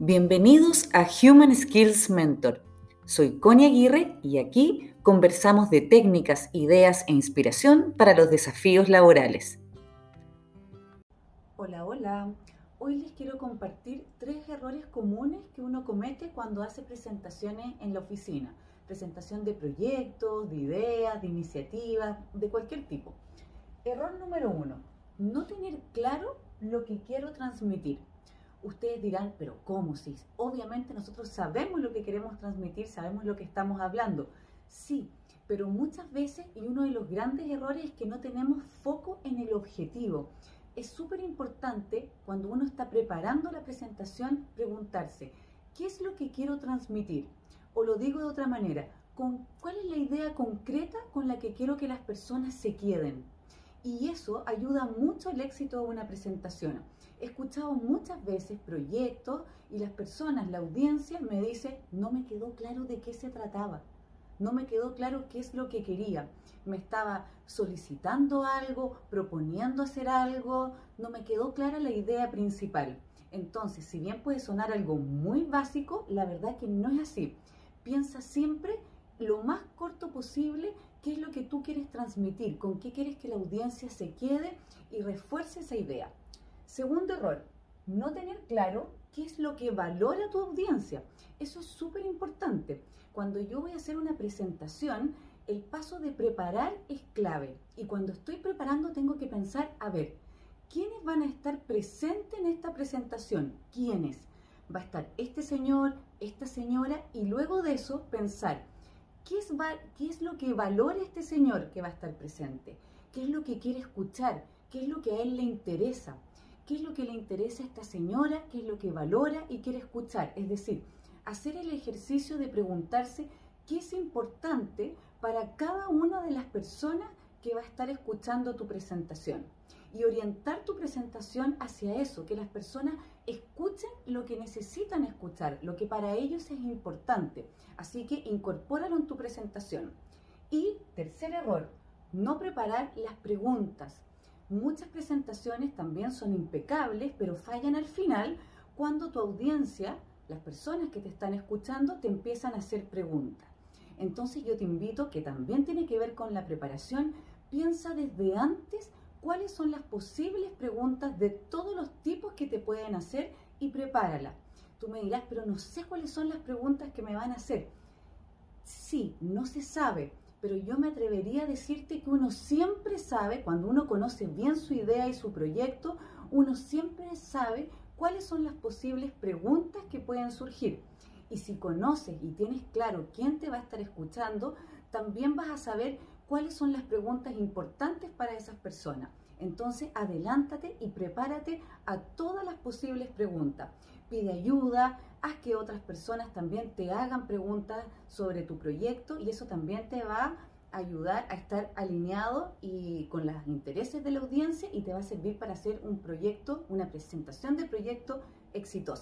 Bienvenidos a Human Skills Mentor. Soy Connie Aguirre y aquí conversamos de técnicas, ideas e inspiración para los desafíos laborales. Hola, hola. Hoy les quiero compartir 3 errores comunes que uno comete cuando hace presentaciones en la oficina. Presentación de proyectos, de ideas, de iniciativas, de cualquier tipo. Error número 1. No tener claro lo que quiero transmitir. Ustedes dirán, pero ¿cómo si? Obviamente nosotros sabemos lo que queremos transmitir, sabemos lo que estamos hablando. Sí, pero muchas veces, y uno de los grandes errores es que no tenemos foco en el objetivo. Es súper importante cuando uno está preparando la presentación preguntarse, ¿qué es lo que quiero transmitir? O lo digo de otra manera, ¿cuál es la idea concreta con la que quiero que las personas se queden? Y eso ayuda mucho al éxito de una presentación. He escuchado muchas veces proyectos y las personas, la audiencia me dice, no me quedó claro de qué se trataba, no me quedó claro qué es lo que quería. Me estaba solicitando algo, proponiendo hacer algo, no me quedó clara la idea principal. Entonces, si bien puede sonar algo muy básico, la verdad que no es así. Piensa siempre lo más corto posible qué es lo que tú quieres transmitir, con qué quieres que la audiencia se quede y refuerce esa idea. Segundo error, no tener claro qué es lo que valora tu audiencia. Eso es súper importante. Cuando yo voy a hacer una presentación, el paso de preparar es clave. Y cuando estoy preparando tengo que pensar, a ver, ¿quiénes van a estar presentes en esta presentación? ¿Quiénes? Va a estar este señor, esta señora, y luego de eso pensar, ¿qué es lo que valora este señor que va a estar presente? ¿Qué es lo que quiere escuchar? ¿Qué es lo que a él le interesa? ¿Qué es lo que le interesa a esta señora? ¿Qué es lo que valora y quiere escuchar? Es decir, hacer el ejercicio de preguntarse qué es importante para cada una de las personas que va a estar escuchando tu presentación. Y orientar tu presentación hacia eso, que las personas escuchen lo que necesitan escuchar, lo que para ellos es importante. Así que incorpóralo en tu presentación. Y tercer error, no preparar las preguntas. Muchas presentaciones también son impecables, pero fallan al final cuando tu audiencia, las personas que te están escuchando, te empiezan a hacer preguntas. Entonces yo te invito, que también tiene que ver con la preparación, piensa desde antes cuáles son las posibles preguntas de todos los tipos que te pueden hacer y prepárala. Tú me dirás, pero no sé cuáles son las preguntas que me van a hacer. Sí, no se sabe, pero yo me atrevería a decirte que uno siempre sabe, cuando uno conoce bien su idea y su proyecto, uno siempre sabe cuáles son las posibles preguntas que pueden surgir. Y si conoces y tienes claro quién te va a estar escuchando, también vas a saber cuáles son las preguntas importantes para esas personas. Entonces, adelántate y prepárate a todas las posibles preguntas. Pide ayuda, haz que otras personas también te hagan preguntas sobre tu proyecto y eso también te va a ayudar a estar alineado y con los intereses de la audiencia y te va a servir para hacer un proyecto, una presentación de proyecto exitosa.